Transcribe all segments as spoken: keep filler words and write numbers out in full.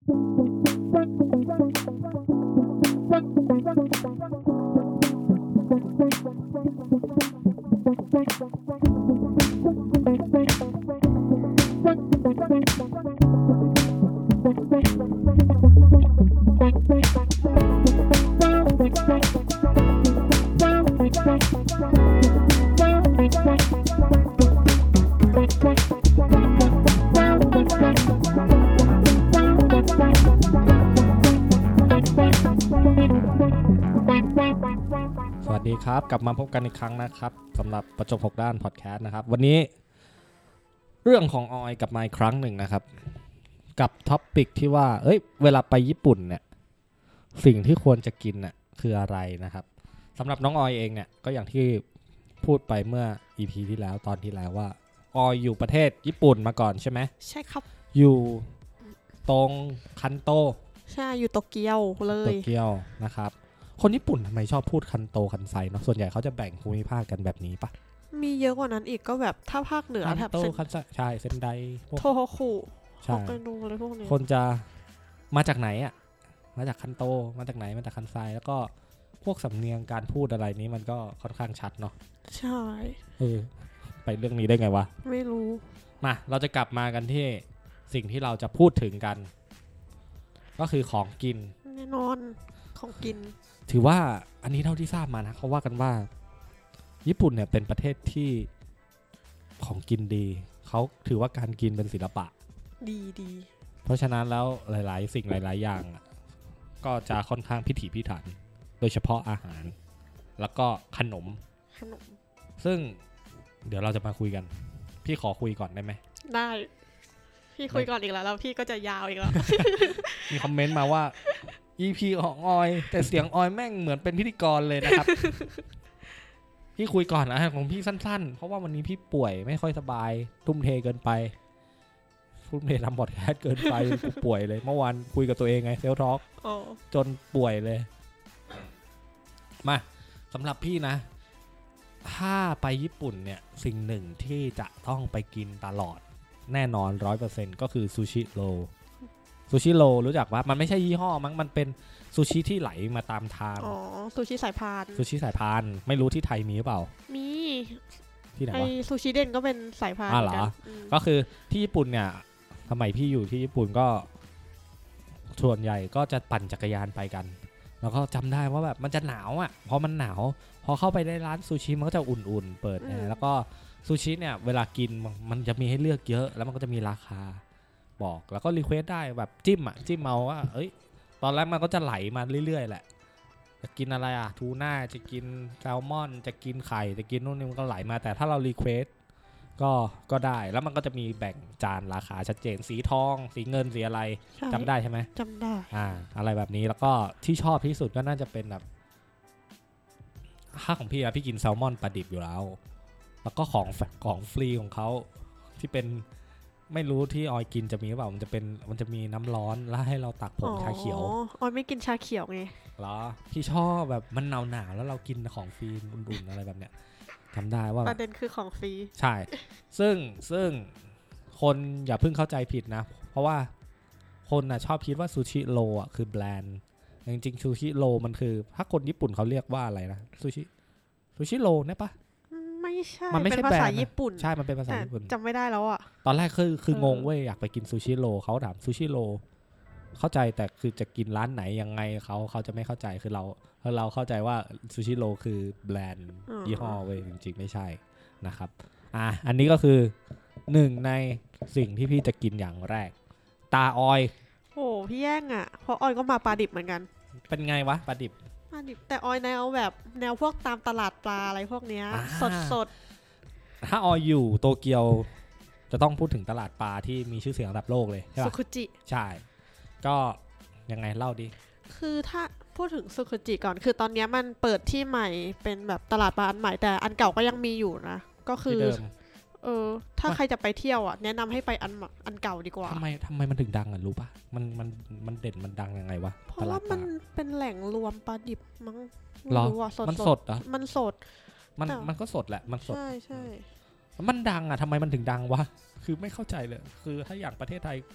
สวัสดีครับกลับมาพบกันอีกครั้งนะครับสำหรับประจบหกด้านพอดแคสต์นะครับวันนี้เรื่องของออยกับมาอีกครั้งหนึ่งนะครับกับท็อปปิกที่ว่าเอ้ยเวลาไปญี่ปุ่นเนี่ยสิ่งที่ควรจะกินน่ะคืออะไรนะครับสำหรับน้องออยเองเนี่ยก็อย่างที่พูดไปเมื่อ อี พี ที่แล้วตอนที่แล้วว่าออยอยู่ประเทศญี่ปุ่นมาก่อนใช่ไหมใช่ครับอยู่ตรงคันโตใช่อยู่โตเกียวเลยโตเกียวนะครับคนญี่ปุ่นทำไมชอบพูดคันโตคันไซเนาะส่วนใหญ่เขาจะแบ่งภูมิภาคกันแบบนี้ปะมีเยอะกว่านั้นอีกก็แบบถ้าภาคเหนือแถบคันโตคันไซใช่เซนไดโทโฮคุใช่ไปดูอะไรพวกนี้คนจะมาจากไหนอ่ะมาจากคันโตมาจากไหนมาจากคันไซแล้วก็พวกสำเนียงการพูดอะไรนี้มันก็ค่อนข้างชัดเนาะใช่เออไปเรื่องนี้ได้ไงวะไม่รู้มาเราจะกลับมากันที่สิ่งที่เราจะพูดถึงกันก็คือของกินแน่นอนของกินถือว่าอันนี้เท่าที่ทราบมานะเขาว่ากันว่าญี่ปุ่นเนี่ยเป็นประเทศที่ของกินดีเขาถือว่าการกินเป็นศิลปะดีดีเพราะฉะนั้นแล้วหลายๆสิ่งหลายๆอย่างก็จะค่อนข้างพิถีพิถันโดยเฉพาะอาหารแล้วก็ขนมขนมซึ่งเดี๋ยวเราจะมาคุยกันพี่ขอคุยก่อนได้ไหมได้พี่คุยก่อนอีกแล้วแล้วพี่ก็จะยาวอีกแล้วมีคอมเมนต์มาว่า อี พี ของออยแต่เสียงออยแม่งเหมือนเป็นพิธีกรเลยนะครับ พี่คุยก่อนนะของพี่สั้นๆเพราะว่าวันนี้พี่ป่วยไม่ค่อยสบายทุ่มเทเกินไปทุ่มเททำพอดแคสต์เกินไปกูป่วยเลยเมื่อวานคุยกับตัวเองไงเซลทอล์กจนป่วยเลยมาสำหรับพี่นะถ้าไปญี่ปุ่นเนี่ยสิ่งหนึ่งที่จะต้องไปกินตลอดแน่นอน ร้อยเปอร์เซ็นต์ ก็คือซูชิโรซูชิโรรู้จักว่ามันไม่ใช่ยี่ห้อมั้งมันเป็นซูชิที่ไหลมาตามทางอ๋อซูชิสายพานซูชิสายพานไม่รู้ที่ไทยมีหรือเปล่ามีที่ไหนวะไอซูชิเด่นก็เป็นสายพานเหมือนกันก็คือที่ญี่ปุ่นเนี่ยสมัยพี่อยู่ที่ญี่ปุ่นก็ส่วนใหญ่ก็จะปั่นจักรยานไปกันแล้วก็จำได้ว่าแบบมันจะหนาวอ่ะพอมันหนาวพอเข้าไปในร้านซูชิมันก็จะอุ่นๆเปิดแอร์แล้วก็ซูชิเนี่ยเวลากินมันจะมีให้เลือกเยอะแล้วมันก็จะมีราคาบอกแล้วก็รีเควสได้แบบจิ้มอ่ะจิ้มเอาว่าเอ้ยตอนแรกมันก็จะไหลมาเรื่อยๆแหละจะกินอะไรอ่ะทูน่าจะกินแซลมอนจะกินไข่จะกินนู่นนี่มันก็ไหลมาแต่ถ้าเรารีเควสก็ก็ได้แล้วมันก็จะมีแบ่งจานราคาชัดเจนสีทองสีเงินสีอะไรจำได้ใช่ไหมจำได้อ่าอะไรแบบนี้แล้วก็ที่ชอบที่สุดก็น่าจะเป็นแบบค่าของพี่อะพี่กินแซลมอนปลาดิบอยู่แล้วแล้วก็ของของฟรีของเขาที่เป็นไม่รู้ที่ออยกินจะมีหรือเปล่ามันจะเป็นมันจะมีน้ำร้อนแล้วให้เราตักผงชาเขียวอ๋อออยไม่กินชาเขียวไงเหรอพี่ชอบแบบมันหนาวหนาวแล้วเรากินของฟรีอุ่นๆอะไรแบบเนี้ยจำได้ว่าประเด็นคือของฟรีใช่ซึ่งซึ่งคนอย่าเพิ่งเข้าใจผิดนะเพราะว่าคนน่ะชอบคิดว่าซูชิโรอ่ะคือแบรนด์จริงๆซูชิโรมันคือถ้าคนญี่ปุ่นเขาเรียกว่าอะไรนะซูชิซูชิโรเนี่ยปะไม่ใช่มันไม่ใช่ภาษาญี่ปุ่นใช่มันเป็นภาษาญี่ปุ่นจำไม่ได้แล้วอ่ะตอนแรกคือคืองงเว้ยอยากไปกินซูชิโรเขาถามซูชิโรเข้าใจแต่คือจะกินร้านไหนยังไงเขาเขาจะไม่เข้าใจคือเราเราเข้าใจว่าซูชิโรคือแบรนด์ยี่ห้อเว้ยจริงๆไม่ใช่นะครับอ่ะอันนี้ก็คือหนึ่งในสิ่งที่พี่จะกินอย่างแรกตาออยโอ้พี่แย่งอ่ะเพราะออยก็มาปลาดิบเหมือนกันเป็นไงวะปลาดิบปลาดิบแต่ออยแนวแบบแนวพวกตามตลาดปลาอะไรพวกเนี้ยสดสดถ้าออยอยู่โตเกียวจะต้องพูดถึงตลาดปลาที่มีชื่อเสียงระดับโลกเลยใช่ปะซุคุจิใช่ก็ยังไงเล่าดิคือถ้าพูดถึงซุคุจิก่อนคือตอนนี้มันเปิดที่ใหม่เป็นแบบตลาดปลาอันใหม่แต่อันเก่าก็ยังมีอยู่นะก็คือเออถ้าใครจะไปเที่ยวอ่ะแนะนำให้ไปอันอันเก่าดีกว่าทำไมทำไมมันถึงดังอ่ะรู้ปะมันมันมันเด่นมันดังยังไงวะเพราะว่ามันเป็นแหล่งรวมปลาดิบมั้งไม่รู้อ่ะมันสดเหรอมันสดมันมันก็สดแหละมันสดใช่ใช่มันดังอ่ะทำไมมันถึงดังวะคือไม่เข้าใจเลยคือถ้าอย่างประเทศไทย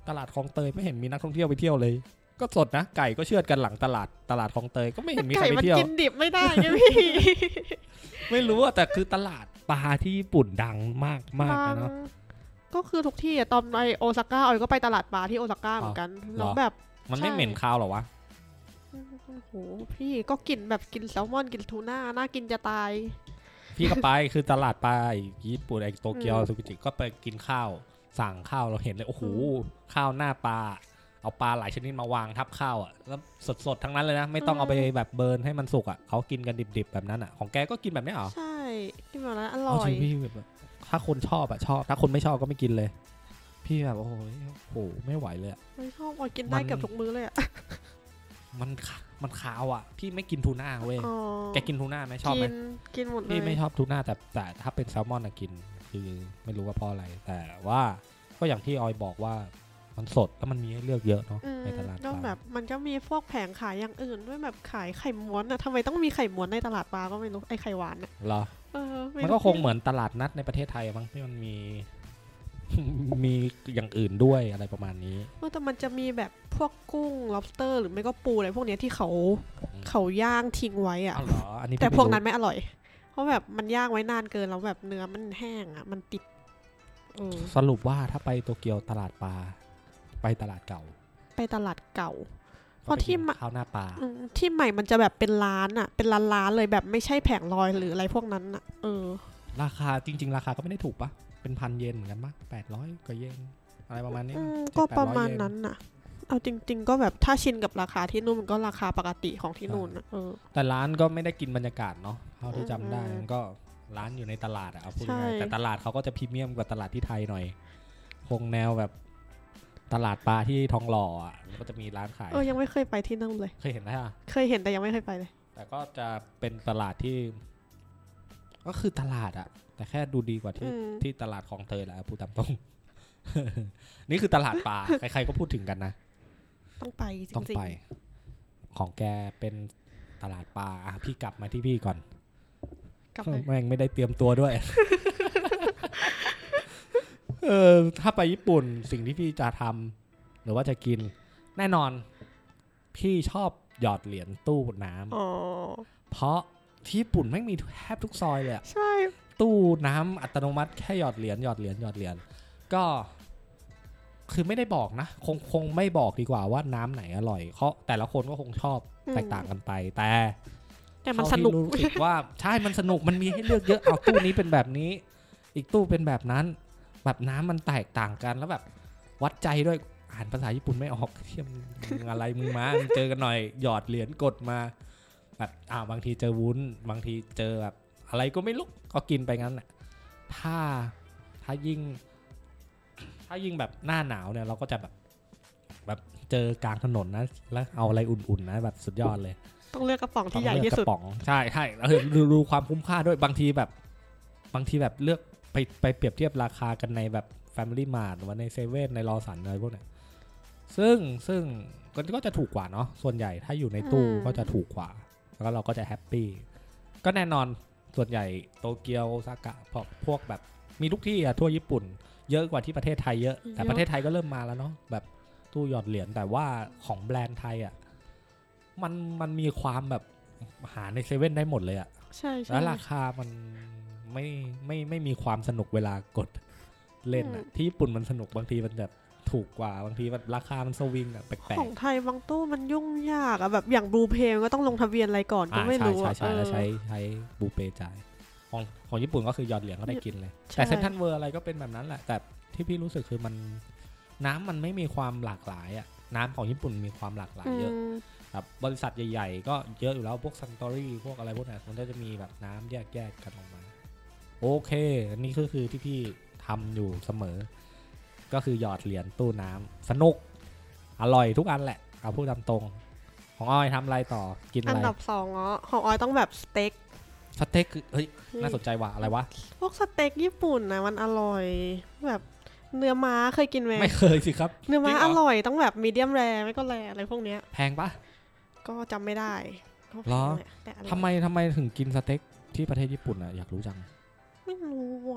ตลาดคลองเตยไม่เห็นมีนักท่องเที่ยวไปเที่ยวเลยก็สดนะไก่ก็เชือดกันหลังตลาดตลาดคลองเตยก็ไม่เห็นมีใครไปเที่ยวไก่มันกินดิบไม่ได้ไงพี่ไม่รู้อะแต่คือตลาดปลาที่ญี่ปุ่นดังมากมากนะเนาะก็คือทุกที่อะตอนไปโอซาก้าออยก็ไปตลาดปลาที่โอซาก้าเหมือนกันแล้วแบบมันไม่เหม็นคาวหรอวะโอ้โหพี่ก็กินแบบกินแซลมอนกินทูน่าน่ากินจะตายพี่ก็ไปคือตลาดปลาญี่ปุ่นไอโตเกียวซูกิจิก็ไปกินข้าวสั่งข้าวเราเห็นเลยโอ้โหข้าวหน้าปลาเอาปลาหลายชนิดมาวางทับข้าวอ่ะแล้วสดๆทั้งนั้นเลยนะไม่ต้องเอาไปแบบเบิร์นให้มันสุกอ่ะเขากินกันดิบๆแบบนั้นอ่ะของแกก็กินแบบนี้เหรอใช่กินแบบนั้นอร่อยพี่แบบถ้าคนชอบอ่ะชอบถ้าคนไม่ชอบก็ไม่กินเลยพี่แบบโอ้โหโหไม่ไหวเลยไม่ชอบออยกินได้เกือบทุกมื้อเลยอ่ะมันมันขาวอ่ะพี่ไม่กินทูน่าเว้ยแกกินทูน่าไหมชอบไหมกินหมดเลยพี่ไม่ชอบทูน่าแต่แต่ถ้าเป็นแซลมอนอะกินคือไม่รู้ว่าเพราะอะไรแต่ว่าก็อย่างที่ออยบอกว่ามันสดแล้วมันมีให้เลือกเยอะเนาะในตลาดปลาก็แบบมันก็มีพวกแผงขายอย่างอื่นด้วยแบบขายไข่ม้วนอะทำไมต้องมีไข่ม้วนในตลาดปลาก็ไม่รู้ไอไข่หวานอะเหรอมันก็คงเหมือนตลาดนัดในประเทศไทยมั้งที่มันมีมีอย่างอื่นด้วยอะไรประมาณนี้แต่มันจะมีแบบพวกกุ้ง lobster หรือไม่ก็ปูอะไรพวกนี้ที่เขาเขาย่างทิ้งไว้อะแต่พวกนั้นไม่อร่อยเพราะแบบมันย่างไว้นานเกินแล้วแบบเนื้อมันแห้งอะมันติดสรุปว่าถ้าไปโตเกียวตลาดปลาไปตลาดเก่าไปตลาดเก่าเพราะที่ข้าวหน้าปลาที่ใหม่มันจะแบบเป็นร้านอะเป็นร้านๆเลยแบบไม่ใช่แผงลอยหรืออะไรพวกนั้นอะเออราคาจริงๆราคาก็ไม่ได้ถูกปะเป็นพันเยนเหมือนกันปะแปดร้อยกว่าเยนอะไรประมาณนี้ก็ประมาณนั้นน่ะเอาจริงๆก็แบบถ้าชินกับราคาที่นู่นมันก็ราคาปกติของที่นู่นนะเออแต่ร้านก็ไม่ได้กินบรรยากาศเนาะเท่าที่จำได้มันก็ร้านอยู่ในตลาดอะเอาพูดง่ายแต่ตลาดเขาก็จะพรีเมียมกว่าตลาดที่ไทยหน่อยคงแนวแบบตลาดปลาที่ทองหล่ออ่ะก็จะมีร้านขายเออยังไม่เคยไปที่นั่นเลยเคยเห็นไหมอ่ะเคยเห็นแต่ยังไม่เคยไปเลยแต่ก็จะเป็นตลาดที่ก็คือตลาดอ่ะแต่แค่ดูดีกว่าที่ที่ตลาดของเตยแหละพูดตามตรง นี่คือตลาดปลาใครๆก็พูดถึงกันนะต้องไปจริงๆต้องไปของแกเป็นตลาดปลาอ่ะพี่กลับมาที่พี่ก่อนแม่งไม่ได้เตรียมตัวด้วย เออถ้าไปญี่ปุ่นสิ่งที่พี่จะทำหรือว่าจะกินแน่นอนพี่ชอบหยอดเหรียญตู้น้ำเพราะที่ญี่ปุ่นไม่มีแทบทุกซอยเลยใช่ตู้น้ำอัตโนมัติแค่หยอดเหรียญหยอดเหรียญหยอดเหรียญก็คือไม่ได้บอกนะคงคงไม่บอกดีกว่าว่าน้ำไหนอร่อยเพราะแต่ละคนก็คงชอบแตกต่างกันไปแต่แต่มันสนุกรู้สึกว่าใช่มันสนุกมันมีให้เลือกเยอะเอาตู้นี้เป็นแบบนี้อีกตู้เป็นแบบนั้นแบบน้ำมันแตกต่างกันแล้วแบบวัดใจด้วยอ่านภาษาญี่ปุ่นไม่ออกเทียมอะไรมึงมาเจอกันหน่อยหยอดเหรียญกดมาแบบอ่าบางทีเจอวุ้นบางทีเจอแบบอะไรก็ไม่รู้ก็กินไปงั้นแหละถ้าถ้ายิ่งถ้ายิ่งแบบหน้าหนาวเนี่ยเราก็จะแบบแบบเจอกลางถนนนะแล้วเอาอะไรอุ่นๆนะแบบสุดยอดเลยต้องเลือกกระป๋องที่ใหญ่ที่สุดใช่ใช่ดูดูความคุ้มค่าด้วยบางทีแบบบางทีแบบเลือกไปไปเปรียบเทียบราคากันในแบบ Family Mart หรือว่าในเซเว่นในลอสันอะไรพวกเนี้ยซึ่งซึ่งก็จะถูกกว่าเนาะส่วนใหญ่ถ้าอยู่ในตู้ก็จะถูกกว่าแล้วเราก็จะแฮปปี้ก็แน่นอนส่วนใหญ่โตเกียวโอซากะพวกพวกแบบมีทุกที่อะทั่วญี่ปุ่นเยอะกว่าที่ประเทศไทยเยอะแต่ประเทศไทยก็เริ่มมาแล้วเนาะแบบตู้หยอดเหรียญแต่ว่าของแบรนด์ไทยอะมันมันมีความแบบหาในเซเว่นได้หมดเลยอะใช่แล้วราคามันไม่ไม่ไม่มีความสนุกเวลากดเล่นอะที่ญี่ปุ่นมันสนุกบางทีมันแบบถูกกว่าบางทีราคามันสวิงอะแปลกๆของไทยบางตู้มันยุ่งยากอะแบบอย่างบลูเพย์ก็ต้องลงทะเบียนอะไรก่อนก็ไม่รู้ใช่ใช่ใช้ใช้บลูเพย์จ่ายของของญี่ปุ่นก็คือหยอดเหรียญก็ได้กินเลยแต่เซ็นทรัลเวิลด์อะไรก็เป็นแบบนั้นแหละแต่ที่พี่รู้สึกคือมันน้ำมันไม่มีความหลากหลายอะน้ำของญี่ปุ่นมีความหลากหลายเยอะแบบบริษัทใหญ่ๆก็เยอะอยู่แล้วพวกซันโตรี่พวกอะไรพวกนั้นมันก็จะมีแบบน้ำแยกๆกันออกมาโอเคอันนี้ก็คือที่พี่ทำอยู่เสมอก็คือหยอดเหรียญตู้น้ำสนุกอร่อยทุกอันแหละเอาพูดตามตรงของออยทำอะไรต่อกินอะไรอันดับสองอ๋อของออยต้องแบบสเต็กสเต็กเฮ้ยน่าสนใจว่ะอะไรวะพวกสเต็กญี่ปุ่นนะมันอร่อยแบบเนื้อม้าเคยกินไหมไม่เคยสิครับเนื้อม้าอร่อยต้องแบบมีเดียมแรร์ไม่ก็แรร์อะไรพวกเนี้ยแพงปะก็จำไม่ได้หรอทำไมทำไมถึงกินสเต็กที่ประเทศญี่ปุ่นอ่ะอยากรู้จังไม่รู้อ่ะ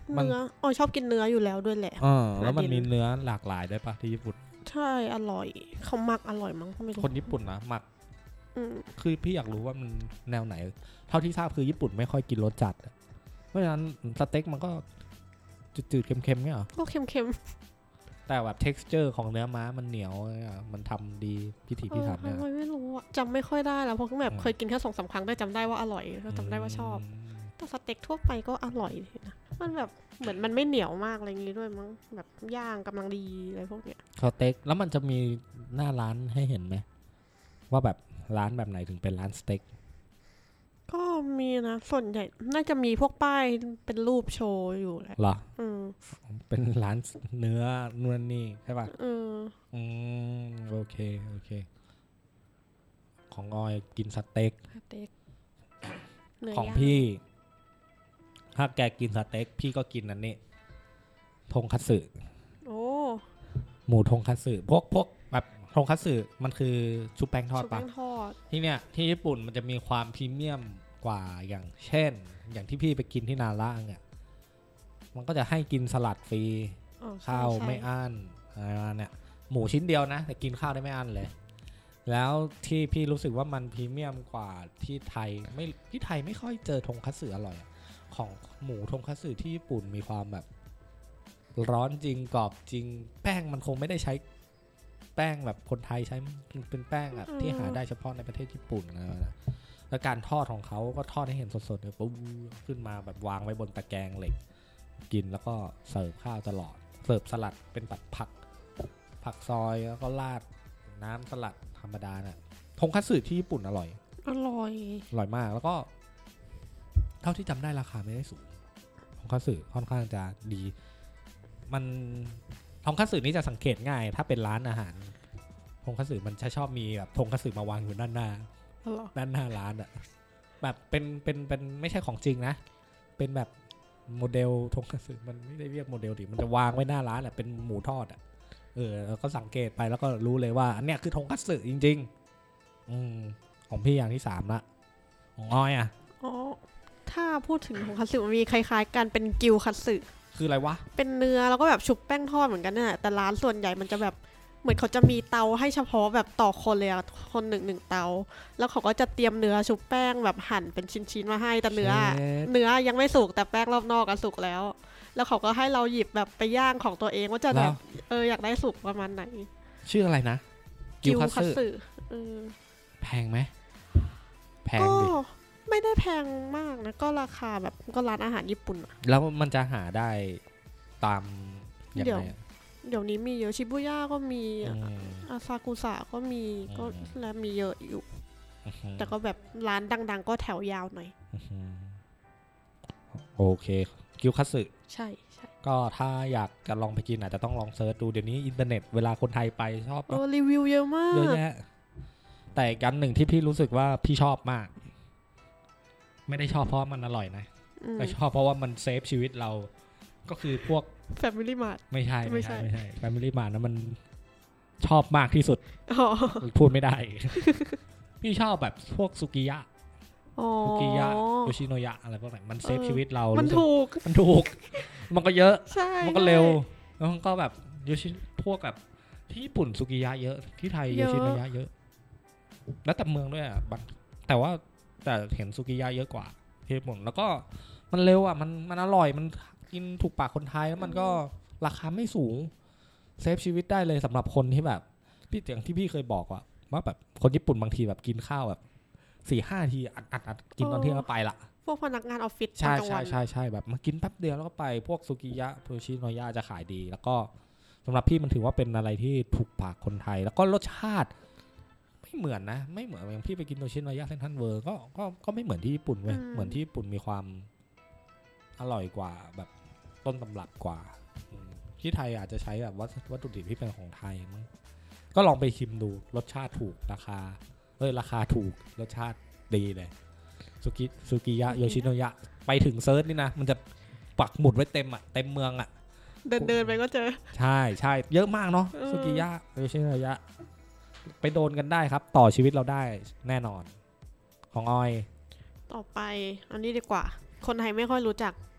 เนื้ออ๋อชอบกินเนื้ออยู่แล้วด้วยแหละอ๋อแล้วมันมีเนื้อหลากหลายได้ปะที่ญี่ปุ่นใช่อร่อยเขาหมักอร่อยมั้งไม่รู้คนญี่ปุ่นนะหมักคือพี่อยากรู้ว่ามันแนวไหนเท่าที่ทราบคือญี่ปุ่นไม่ค่อยกินรสจัดเพราะฉะนั้นสเต็กมันก็จืดๆเค็มๆเนี่ยหรอก็เค็มๆแต่แบบ texture ของเนื้อม้ามันเหนียวมันทำดีพิถีพิถันเนี่ยไม่รู้อะจำไม่ค่อยได้แล้วเพราะแบบเคยกินแค่สองสามครั้งได้จำได้ว่าอร่อยจำได้ว่าชอบแต่สเต็กทั่วไปก็อร่อยนะมันแบบเหมือนมันไม่เหนียวมากอะไรอย่างงี้ด้วยมั้งแบบย่างกำลังดีอะไรพวกเนี้ยสเต็กแล้วมันจะมีหน้าร้านให้เห็นไหมว่าแบบร้านแบบไหนถึงเป็นร้านสเต็กก็มีนะส่วนใหญ่น่าจะมีพวกป้ายเป็นรูปโชว์อยู่แหละเหรออืมเป็นร้านเนื้อนู่นนี่ใช่ป่ะอืมอืมโอเคโอเคของออยกินสเต็กสเต็กของพี่ถ้าแกกินสเต็กพี่ก็กินอันนี้ทงคัตสึโอ้หมูทงคัตสึพวกพวกแบบทงคัตสึมันคือชุบแป้งทอดปะที่เนี้ยที่ญี่ปุ่นมันจะมีความพรีเมียมกว่าอย่างเช่นอย่างที่พี่ไปกินที่นาระเนี่ยมันก็จะให้กินสลัดฟรีข้าวไม่อั้นอะไรมาเนี่ยหมูชิ้นเดียวนะแต่กินข้าวได้ไม่อั้นเลยแล้วที่พี่รู้สึกว่ามันพรีเมียมกว่าที่ไทยไม่ที่ไทยไม่ค่อยเจอทงคัตสึอร่อยของหมูทงคัตสึที่ญี่ปุ่นมีความแบบร้อนจริงกรอบจริงแป้งมันคงไม่ได้ใช้แป้งแบบคนไทยใช้เป็นแป้งแบบที่หาได้เฉพาะในประเทศญี่ปุ่นนะแล้วการทอดของเขาก็ทอดให้เห็นสดๆเลยปุ๊บขึ้นมาแบบวางไว้บนตะแกรงเหล็กกินแล้วก็เสิร์ฟข้าวตลอดเสิร์ฟสลัดเป็นแบบผักผักซอยแล้วก็ราดน้ำสลัดธรรมดาน่ะทงคัตสึที่ญี่ปุ่นอร่อยอร่อยอร่อยมากแล้วก็เท่าที่จำได้ราคาไม่ได้สูงทงคัตสึค่อนข้างจะดีมันทงคัตสึนี่จะสังเกตง่ายถ้าเป็นร้านอาหารทงคัตสึมันจะชอบมีแบบทงคัตสึมาวางอยู่ด้านหน้าด้านหน้าร้านอะแบบเป็นเป็นเป็นไม่ใช่ของจริงนะเป็นแบบโมเดลทงคัตสึมันไม่ได้เรียกโมเดลดิมันจะวางไว้หน้าร้านอะเป็นหมูทอดอะเออแล้วก็สังเกตไปแล้วก็รู้เลยว่าอันเนี้ยคือทงคัตสึจริงๆอืมของพี่อย่างที่สามละของอ้อยอะอ๋อถ้าพูดถึงทงคัตสึมันมีคล้ายๆกันเป็นกิวคัตสึคืออะไรวะเป็นเนื้อแล้วก็แบบชุบแป้งทอดเหมือนกันเนี่ยแต่ร้านส่วนใหญ่มันจะแบบเหมือนเขาจะมีเตาให้เฉพาะแบบต่อคนเลยอะคนหนึ่งหนึ่งเตาแล้วเขาก็จะเตรียมเนื้อชุบแป้งแบบหั่นเป็นชิ้นๆมาให้แต่เนื้อเนื้อยังไม่สุกแต่แป้งรอบนอกก็สุกแล้วแล้วเขาก็ให้เราหยิบแบบไปย่างของตัวเองว่าจะแบบเอออยากได้สุกประมาณไหนชื่ออะไรนะกิวคัตสึเออแพงไหมแพงดิไม่ได้แพงมากนะก็ราคาแบบก็ร้านอาหารญี่ปุ่นแล้วมันจะหาได้ตามอย่างไรเดี๋ยวนี้มีเยอะชิบุย่าก็มีอาซากุสะก็มีก็แล้วมีเยอะอยู่แต่ก็แบบร้านดังๆก็แถวยาวหน่อยโอเคกิวคัตสึใช่ใช่ก็ถ้าอยากจะลองไปกินอาจจะต้องลองเซิร์ชดูเดี๋ยวนี้อินเทอร์เน็ตเวลาคนไทยไปชอบโอ้รีวิวเยอะมากเยอะแยะแต่กันหนึ่งที่พี่รู้สึกว่าพี่ชอบมากไม่ได้ชอบเพราะมันอร่อยนะแต่ชอบเพราะว่ามันเซฟชีวิตเราก็คือพวก Family Mart ไม่ใช่ไม่ใช่ไม่ใช่ Family Mart นะมันชอบมากที่สุดพูดไม่ได้ พี่ชอบแบบพวกสุกิยะสุกิยะโยชิโนยะอะไรพวกนั้นมันเซฟชีวิตเรามันถูกมันถูกมันก็เยอะมันก็เร็วแล้วมันก็แบบโยชิพวกแบบที่ญี่ปุ่นสุกิยะเยอะที่ไทยโยชิโนยะเยอะแล้วแต่เมืองด้วยอ่ะแต่ว่าแต่เห็นสุกิยะเยอะกว่าที่ญี่ปุ่นแล้วก็มันเร็วอ่ะมันมันอร่อยมันกินถูกปากคนไทยแล้วมันก็ราคาไม่สูงเซฟชีวิตได้เลยสำหรับคนที่แบบพี่อย่างที่พี่เคยบอกว่าว่าแบบคนญี่ปุ่นบางทีแบบกินข้าวแบบสี่ห้าทีอัดอัดอัดกินตอนเที่ยงแล้วไปละพวกพนักงานออฟฟิศใช่ใช่ใช่ใช่แบบมากินแป๊บเดียวแล้วก็ไปพวกสุกิยะโยชิโนยะจะขายดีแล้วก็สำหรับพี่มันถือว่าเป็นอะไรที่ถูกปากคนไทยแล้วก็รสชาติไม่เหมือนนะไม่เหมือนอย่างพี่ไปกินโยชิโนยะเซนทรัลเวิลด์ก็ก็ก็ไม่เหมือนที่ญี่ปุ่นเว้ยเหมือนที่ญี่ปุ่นมีความอร่อยกว่าแบบต้นตำรับกว่าที่ไทยอาจจะใช้แบบวัตถุดิบที่เป็นของไทยมั้งก็ลองไปชิมดูรสชาติถูกราคาเออราคาถูกรสชาติดีเลยสุกิสุกิยะโยชิโนยะไปถึงเซิร์ชนี่นะมันจะปักหมุดไว้เต็มอ่ะเต็มเมืองอ่ะเดินเดินไปก็เจอใช่ใช่เยอะมากเนาะสุกิยะโยชิโนยะไปโดนกันได้ครับต่อชีวิตเราได้แน่นอนของออยต่อไปอันนี้ดีกว่าคนไทยไม่ค่อยรู้จัก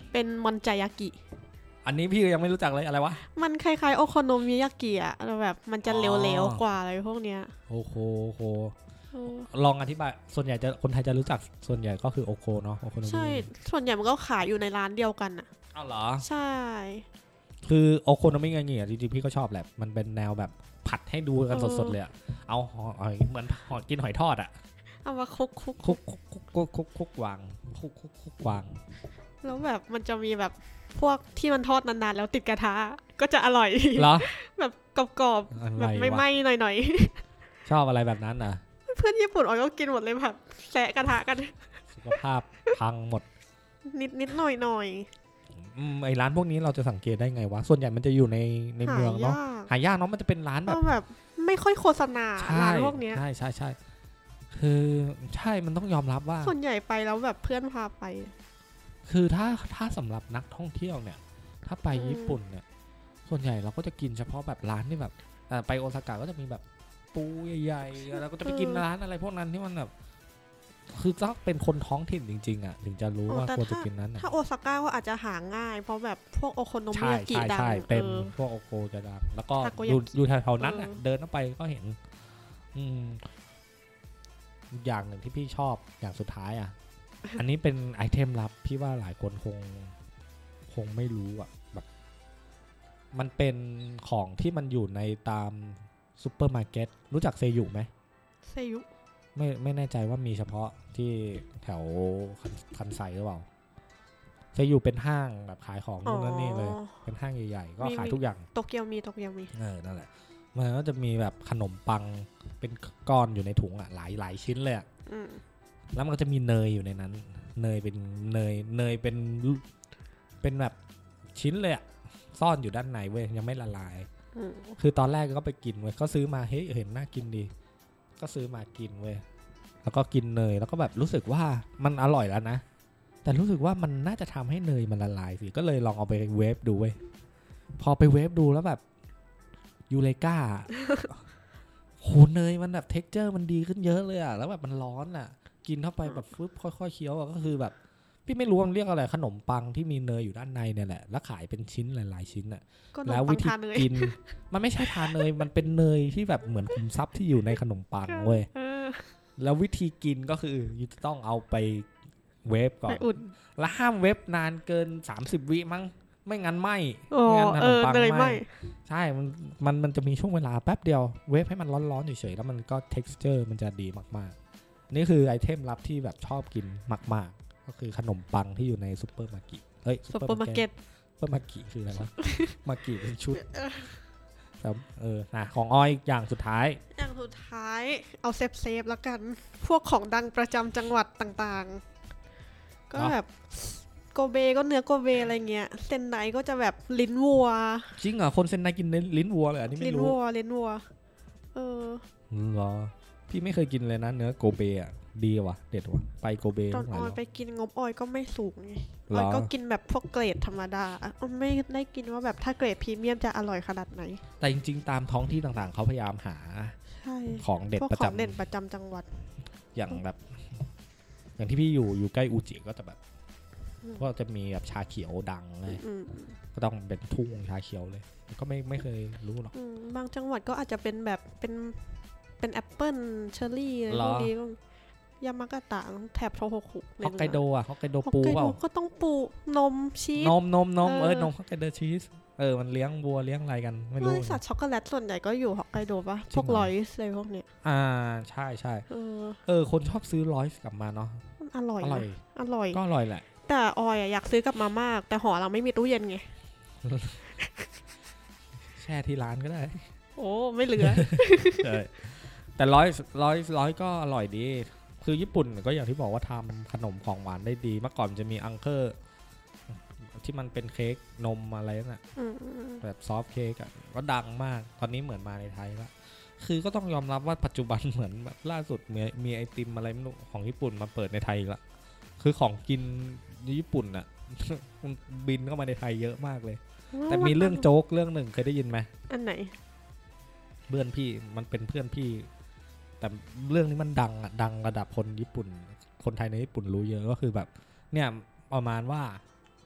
เป็นมอนจายากิอันนี้พี่ยังไม่รู้จักเลยอะไรวะมันคล้ายๆโอโคโนมิยากิอะแบบมันจะเหลวๆกว่าอะไรพวกเนี้ยโอโคโอโคลองอธิบายส่วนใหญ่จะคนไทยจะรู้จักส่วนใหญ่ก็คือโอโคเนาะโอโคโนมิใช่ส่วนใหญ่มันก็ขายอยู่ในร้านเดียวกันอะอ้าวเหรอใช่คือโอโคโนมิไงเนี่ยจริงๆพี่ก็ชอบแหละมันเป็นแนวแบบผัดให้ดูกันสดๆเลยอะเอาเอาเหมือนหอกินหอยทอดอะเอามาคุกคุกคุกคุกคุกคุกคุกคุกวางคุกคุกคุกวางแล้วแบบมันจะมีแบบพวกที่มันทอดนานๆแล้วติดกระทะก็จะอร่อยเหรอแบบกรอบๆแบบไม่ไหม้หน่อยๆชอบอะไรแบบนั้นน่ะเพื่อนญี่ปุ่นออยก็กินหมดเลยแบบแซะกระทะกันสุขภาพพังหมดนิดนิดหน่อยหน่อยไอ้ร้านพวกนี้เราจะสังเกตได้ไงวะส่วนใหญ่มันจะอยู่ในในเมืองเนาะหายากเนาะมันจะเป็นร้านแบบแบบไม่ค่อยโฆษณาร้านพวกนี้ใช่ใช่ใช่คือใช่มันต้องยอมรับว่าส่วนใหญ่ไปแล้วแบบเพื่อนพาไปคือถ้าถ้าสำหรับนักท่องเที่ยวเนี่ยถ้าไปญี่ปุ่นเนี่ยส่วนใหญ่เราก็จะกินเฉพาะแบบร้านที่แบบไปโอซาก้าก็จะมีแบบปูใหญ่ๆแล้วก็จะไปกินร้านอะไรพวกนั้นที่มันแบบคือต้องเป็นคนท้องถิ่นจริงๆอ่ะถึงจะรู้ว่าควรจะกินนั้นถ้าโอซาก้าก็อาจจะหาง่ายเพราะแบบพวกโอโคโนมิยากิดังเต็มพวกโอโคจะดังแล้วก็อยู่แถวๆนั้นเดินเข้าไปก็เห็นอย่างหนึ่งที่พี่ชอบอย่างสุดท้ายอ่ะอันนี้เป็นไอเทมลับพี่ว่าหลายคนคงคงไม่รู้อ่ะแบบมันเป็นของที่มันอยู่ในตามซุปเปอร์มาร์เก็ตรู้จักเซยุไหมเซยุไม่ไม่แน่ใจว่ามีเฉพาะที่แถวคันไซหรือเปล่าเซยุเป็นห้างแบบขายของนู่นนั่นนี่เลยเป็นห้างใหญ่ๆก็ขายทุกอย่างโตเกียวมีโตเกียวมีเออนั่นแหละมันก็จะมีแบบขนมปังเป็นก้อนอยู่ในถุงอ่ะหลายหลายชิ้นเลยอ่ะแล้วมันก็จะมีเนยอยู่ในนั้นเนยเป็นเนยเนยเป็นเป็นแบบชิ้นเลยอ่ะซ่อนอยู่ด้านในเว้ยยังไม่ละลายคือตอนแรกก็ไปกินเว้ยก็ซื้อมาเฮ้ยเห็นน่ากินดีก็ซื้อมากินเว้ยแล้วก็กินเนยแล้วก็แบบรู้สึกว่ามันอร่อยแล้วนะแต่รู้สึกว่ามันน่าจะทำให้เนยมันละลายสิก็เลยลองเอาไปเวฟดูเว้ยพอไปเวฟดูแล้วแบบยูเรกาโหเนยมันแบบเท็กเจอร์มันดีขึ้นเยอะเลยอ่ะแล้วแบบมันร้อนอ่ะกินเข้าไปแบบฟึบค่อยๆเคี้ยวก็คือแบบพี่ไม่รู้มันเรียกอะไรขนมปังที่มีเนยอยู่ด้านในเนี่ยแหละแล้วขายเป็นชิ้นหลายๆชิ้นอ่ะแล้ววิธีกินมันไม่ใช่ทานเนยมันเป็นเนยที่แบบเหมือนคุมทรัพย์ที่อยู่ในขนมปังเว้ยแล้ววิธีกินก็คือยูจะต้องเอาไปเวฟก่อนแล้วห้ามเวฟนานเกินสามสิบวิมั้งไม่งั้นไหม้ไม่งั้นขนมปังไหม้ใช่มันมันมันจะมีช่วงเวลาแป๊บเดียวเวฟให้มันร้อนๆเฉยๆแล้วมันก็ texture มันจะดีมากๆนี่คือไอเทมลับที่แบบชอบกินมากๆก็คือขนมปังที่อยู่ในซุปเปอร์มาร์เก็ตเฮ้ยซุปเปอร์มาร์เก็ตซุปเปอร์มาร์เก็ตคืออะไรวะมาร์เก็ตเป็นชุดครับเออนะของออยอย่างสุดท้ายอย่างสุดท้ายเอาเซฟเซฟแล้วกันพวกของดังประจำจังหวัดต่างๆก็แบบโกเบก็เนื้อโกเบอะไรเงี้ยเซนไดก็จะแบบลิ้นวัวจริงเหรอคนเซนไดกินลิ้นวัวเลยอันนี้ไม่รู้ลิ้นวัวลิ้นวัวเออเหรอพี่ไม่เคยกินเลยนะเนื้อโกเบอ่ะดีว่ะเด็ดว่ะไปโกเบตอนออยไปกินงบออยก็ไม่สูงไงออยก็กินแบบพวกเกรดธรรมดาไม่ได้กินว่าแบบถ้าเกรดพรีเมียมจะอร่อยขนาดไหนแต่จริงๆตามท้องที่ต่างๆเขาพยายามหาของเด็ดประจำเด่นประจำจังหวัดอย่างแบบอย่างที่พี่อยู่อยู่ใกล้อูจิก็จะแบบก็จะมีแบบชาเขียวดังเลยก็ต้องเป็นทุ่งชาเขียวเลยก็ไม่ไม่เคยรู้หรอกบางจังหวัดก็อาจจะเป็นแบบเป็นเป็นแอปเปิ้ลเชอร์รี่อะไรพวกนี้ยามากาตะแถบโทโฮคุฮอกไกโดอ่ะฮอกไกโดปูเปล่าก็ต้องปูนมชีสนมนมนมเออนมฮอกไกโดชีสเออมันเลี้ยงวัวเลี้ยงอะไรกันไม่รู้สัตว์ช็อกโกแลตส่วนใหญ่ก็อยู่ฮอกไกโดป่ะพวกลอยส์อะไรพวกเนี้ยอ่าใช่ใช่เออเออคนชอบซื้อลอยส์กลับมาเนาะอร่อยอร่อยอร่อยก็อร่อยแหละแต่ออยอยากซื้อกลับมามากแต่หอเราไม่มีตู้เย็นไงแช่ที่ร้านก็ได้โอ้ไม่เหลือแต่ร้อยร้อยร้อยก็อร่อยดีคือญี่ปุ่นก็อย่างที่บอกว่าทำขนมของหวานได้ดีเมื่อก่อนจะมีอังเคอร์ที่มันเป็นเค้กนมอะไรน่ะแบบซอฟต์เค้กอ่ะก็ดังมากตอนนี้เหมือนมาในไทยแล้วคือก็ต้องยอมรับว่าปัจจุบันเหมือนแบบล่าสุดมีมีไอติมอะไรไม่รู้ของญี่ปุ่นมาเปิดในไทยละคือของกินญี่ปุ่นอ่ะบินเข้ามาในไทยเยอะมากเลยแต่มีเรื่องโจ๊กเรื่องหนึ่งเคยได้ยินไหมอันไหนเพื่อนพี่มันเป็นเพื่อนพี่แต่เรื่องนี้มันดังอ่ะดังระดับคนญี่ปุ่นคนไทยในญี่ปุ่นรู้เยอะก็คือแบบเนี่ยประมาณว่า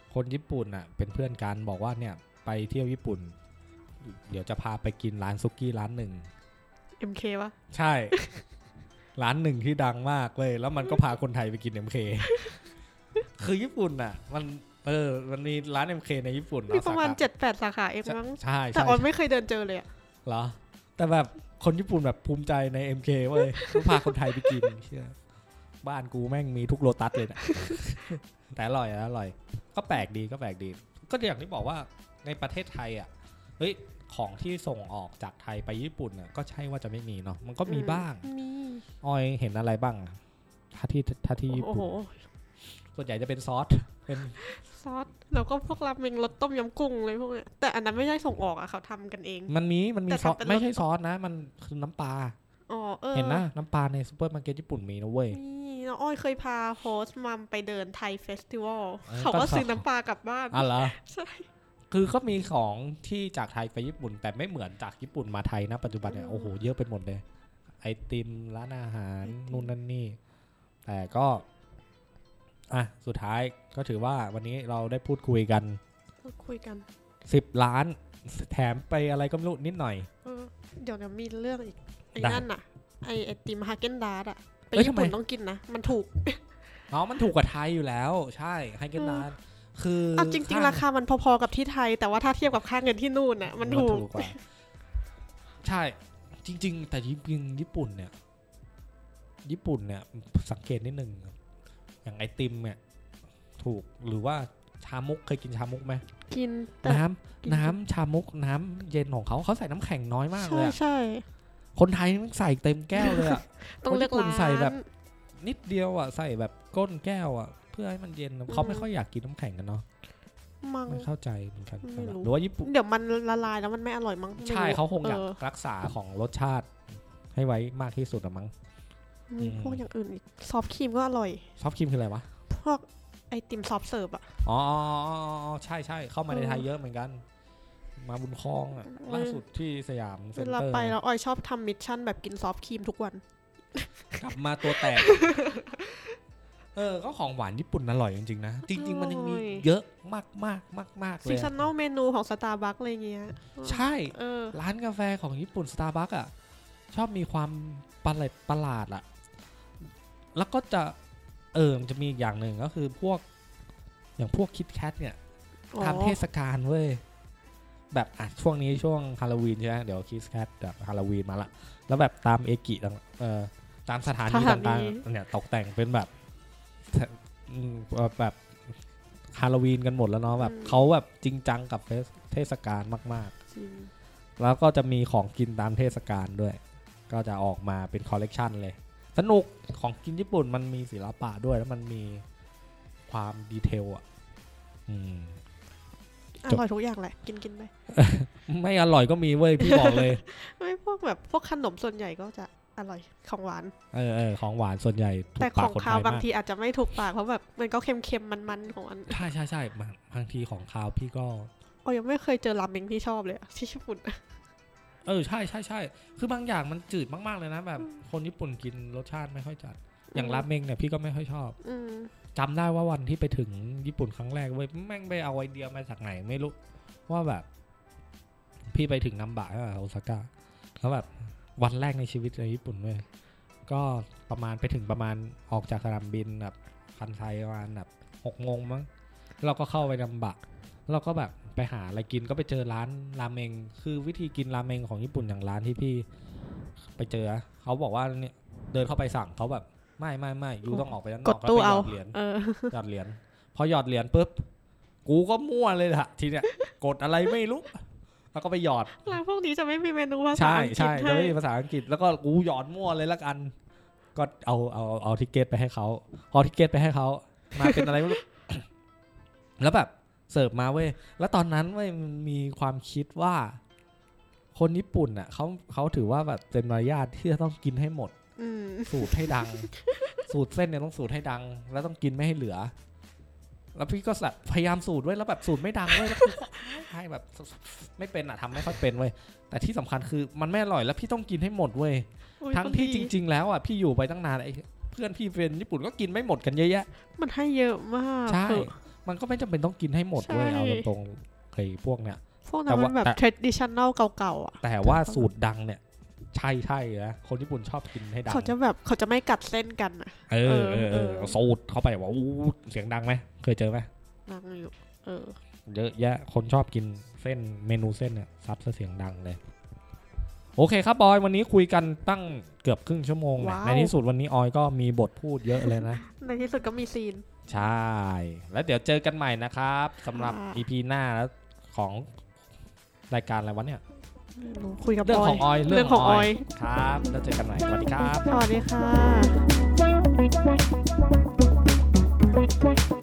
คนญี่ปุ่นอ่ะเป็นเพื่อนกันบอกว่าเนี่ยไปเที่ยวญี่ปุ่นเดี๋ยวจะพาไปกินร้านซุกี้ร้านหนึ่งเอ็ม เค วะใช่ ร้านหนึ่งที่ดังมากเลยแล้วมันก็พาคนไทยไปกิน เอ็ม เค คือญี่ปุ่นอ่ะมันเออมันมีร้าน เอ็ม เค ในญี่ปุ่นมีประมาณ เจ็ดแปด สาขาเองมั้งใช่แต่ออนไม่เคยเดินเจอเลยอ่ะเหรอแต่แบบคนญี่ปุ่นแบบภูมิใจใน เอ็ม เค เว้ยต้องพาคนไทยไปกินเชื่อบ้านกูแม่งมีทุกโลตัสเลยนะ แต่อร่อยนะอร่อยก็แปลกดีก็แปลกดีก็อย่างที่บอกว่าในประเทศไทยอ่ะเฮ้ยของที่ส่งออกจากไทยไปญี่ปุ่นน่ะก็ใช่ว่าจะไม่มีเนาะมันก็มีบ้างมีออยเห็นอะไรบ้างถ้าที่ถ้าที่ญี่ปุ่นส่วนใหญ่จะเป็นซอสเป็นซอสแล้วก็พวกราเมงรสต้มยำกุ้งเลยพวกเนี้ยแต่อันนั้นไม่ใช่ส่งออกอ่ะเขาทำกันเองมันมีมันมีซอสไม่ใช่ซอสนะมันคือน้ำปลาอ๋อเออเห็นนะน้ำปลาในซูเปอร์มาร์เก็ตญี่ปุ่นมีนะเว้ยนี่น้องอ้อยเคยพาโฮสต์มัมไปเดินไทยเฟสติวัลเขาก็ซื้อน้ำปลากลับบ้านอ๋อเหรอใช่คือก็มีของที่จากไทยไปญี่ปุ่นแต่ไม่เหมือนจากญี่ปุ่นมาไทยนะปัจจุบันเนี่ยโอ้โหเยอะไปหมดเลยไอติมร้านอาหารนู่นนั่นนี่แต่ก็อ่ะสุดท้ายก็ถือว่าวันนี้เราได้พูดคุยกันพูดคุยกันสิบล้านแถมไปอะไรก็ไม่รู้นิดหน่อยเออเดี๋ยวเดี๋ยวมีเรื่องอีกไอ้นั่นน่ะไอไอติมฮาเก้นดาร์ดอ่ะไปญี่ปุ่นต้องกินนะมันถูกอ๋อมันถูกกว่าไทยอยู่แล้วใช่ฮาเก้นดาร์ดคือเอาจริงๆราคามันพอๆกับที่ไทยแต่ว่าถ้าเทียบกับค่าเงินที่นู่นน่ะมันถูกกว่าใช่จริงๆแต่จริงๆญี่ปุ่นเนี่ยญี่ปุ่นเนี่ยสังเกตนิดนึงอย่างไอติมเนี่ยถูกหรือว่าชามุกเคยกินชามุกไหมกินน้ำน้ำชามุกน้ำเย็นของเขาเขาใส่น้ำแข็งน้อยมากเลยใช่คนไทยใส่เต็มแก้วเลยอ่ะต้องเลือกร้านใส่แบบนิดเดียวอ่ะใส่แบบก้นแก้วอ่ะเพื่อให้มันเย็นเขาไม่ค่อยอยากกินน้ำแข็งกันเนาะไม่เข้าใจเหมือนกันหรือว่าญี่ปุ่นเดี๋ยวมันละลายแล้วมันไม่อร่อยมั้งใช่เขาคงอยากรักษาของรสชาติให้ไว้มากที่สุดอะมั้งมีพวกอย่างอื่นอีกซอฟต์ครีมก็อร่อยซอฟต์ครีมคืออะไรวะพวกไอติมซอฟต์เสิร์ฟอ่ะอ๋อใช่ใช่เข้ามาในไทยเยอะเหมือนกันมาบุญคลองอ่ะล่าสุดที่สยามเซ็นเตอร์เราไปแล้วออยชอบทำมิชชั่นแบบกินซอฟต์ครีมทุกวันกลับมาตัวแตกเออก็ของหวานญี่ปุ่นอร่อยจริงๆนะจริงๆมันยังมีเยอะมากมากมากมากเลยซีซันนอลเมนูของ Starbucks อะไรเงี้ยใช่ร้านกาแฟของญี่ปุ่น Starbucks อ่ะชอบมีความประหลาดประหลาดอ่ะแล้วก็จะเออมันจะมีอย่างหนึ่งก็คือพวกอย่างพวกคิดแคทเนี่ยทำเทศกาลเว้ยแบบอ่ะช่วงนี้ช่วงฮาโลวีนใช่ไหมเดี๋ยวคิดแคทแบบฮาโลวีนมาละแล้วแบบตามเอกิต่างเอ่อตามสถานีต่างๆเนี่ยตกแต่งเป็นแบบแบบฮาโลวีนกันหมดแล้วเนาะแบบเขาแบบจริงจังกับเทศกาลมากๆแล้วก็จะมีของกินตามเทศกาลด้วยก็จะออกมาเป็นคอลเลกชันเลยสนุกของกินญี่ปุ่นมันมีศิลปะด้วยแล้วมันมีความดีเทลอ่ะอืมอร่อยทุกอย่างแหละกินกินไปไม่อร่อยก็มีเว้ยพี่บอกเลยไม่พวกแบบพวกขนมส่วนใหญ่ก็จะอร่อยของหวานเออเออของหวานส่วนใหญ่แต่ของคาวบางทีอาจจะไม่ถูกปากเพราะแบบมันก็เค็มๆมันๆของอันใช่ใช่ใช่บางทีของคาวพี่ก็อ๋อยังไม่เคยเจอราเมงที่ชอบเลยที่ญี่ปุ่นเออใช่ใช่ใช่คือบางอย่างมันจืดมากๆเลยนะแบบคนญี่ปุ่นกินรสชาติไม่ค่อยจัดอย่างราเมงเนี่ยพี่ก็ไม่ค่อยชอบจำได้ว่าวันที่ไปถึงญี่ปุ่นครั้งแรกเว้ยแม่งไปเอาไอเดียมาจากไหนไม่รู้ว่าแบบพี่ไปถึงนัมบะใช่ป่ะโอซาก้าแล้วแบบวันแรกในชีวิตในญี่ปุ่นเว้ยก็ประมาณไปถึงประมาณออกจากสนามบินแบบคันไซประมาณแบบหกโมงมั้งเราก็เข้าไปนัมบะเราก็แบบไปหาอะไรกินก็ไปเจอร้านราเมงคือวิธีกินราเมงของญี่ปุ่นอย่างร้านที่พี่ไปเจอเขาบอกว่าเนี่ยเดินเข้าไปสั่งเขาแบบไม่ไม่ไม่ยูต้องออกไปด้านนอกแล้วไปหยอดเหรียญหยอดเหรียญพอหยอดเหรียญปุ๊บกูก็มั่วเลยล่ะทีเนี้ยกดอะไรไม่รู้แล้วก็ไปหยอดร้านพวกนี้จะไม่มีเมนูภาษาอังกฤษใช่ใช่จะไม่มีภาษาอังกฤษแล้วก็กูหยอดมั่วเลยละกันก็เอาเอาเอาทิกเก็ตไปให้เขาเอาทิกเก็ตไปให้เขามาเป็นอะไรไม่รู้แล้วแบบเสิร์ฟมาเว้ยแล้วตอนนั้นเว้ยมันมีความคิดว่าคนญี่ปุ่นอ่ะเขาเขาถือว่าแบบเป็นมารยาทที่จะต้องกินให้หมดสูตรให้ดังสูตรเส้นเนี่ยต้องสูตรให้ดังแล้วต้องกินไม่ให้เหลือแล้วพี่ก็แบบพยายามสูตรไว้แล้วแบบสูตรไม่ดังเว้ยแล้วพี่ก็ให้แบบไม่เป็นอ่ะทำไม่ค่อยเป็นเว้ยแต่ที่สำคัญคือมันไม่อร่อยแล้วพี่ต้องกินให้หมดเว้ยทั้งที่จริงๆแล้วอ่ะพี่อยู่ไปตั้งนานไอ้เพื่อนพี่เป็นญี่ปุ่นก็กินไม่หมดกันเยอะแยะมันให้เยอะมากใช่มันก็ไม่จำเป็นต้องกินให้หมดด้วยเอาตรงๆไอ้พวกเนี้ยพวกนั้นมันแบบ traditional เก่าๆอ่ะแต่ว่าสูตรดังเนี่ยใช่ใช่นะคนญี่ปุ่นชอบกินให้ดังเขาจะแบบเขาจะไม่กัดเส้นกันอ่ะเออเออเออสูตรเข้าไปว่าอู้เสียงดังไหมเคยเจอไหมดังอยู่เออเยอะแยะคนชอบกินเส้นเมนูเส้นเนี่ยซัดเสียงดังเลยโอเคครับบอยวันนี้คุยกันตั้งเกือบครึ่งชั่วโมงในที่สุดวันนี้ออยก็มีบทพูดเยอะเลยนะในที่สุดก็มีซีนใช่แล้วเดี๋ยวเจอกันใหม่นะครับสำหรับ อี พี หน้าแล้วของรายการอะไรวะเนี่ยคุยกับเรื่องของออยเรื่องของออยครับแล้วเจอกันใหม่สวัสดีครับสวัสดีค่ะ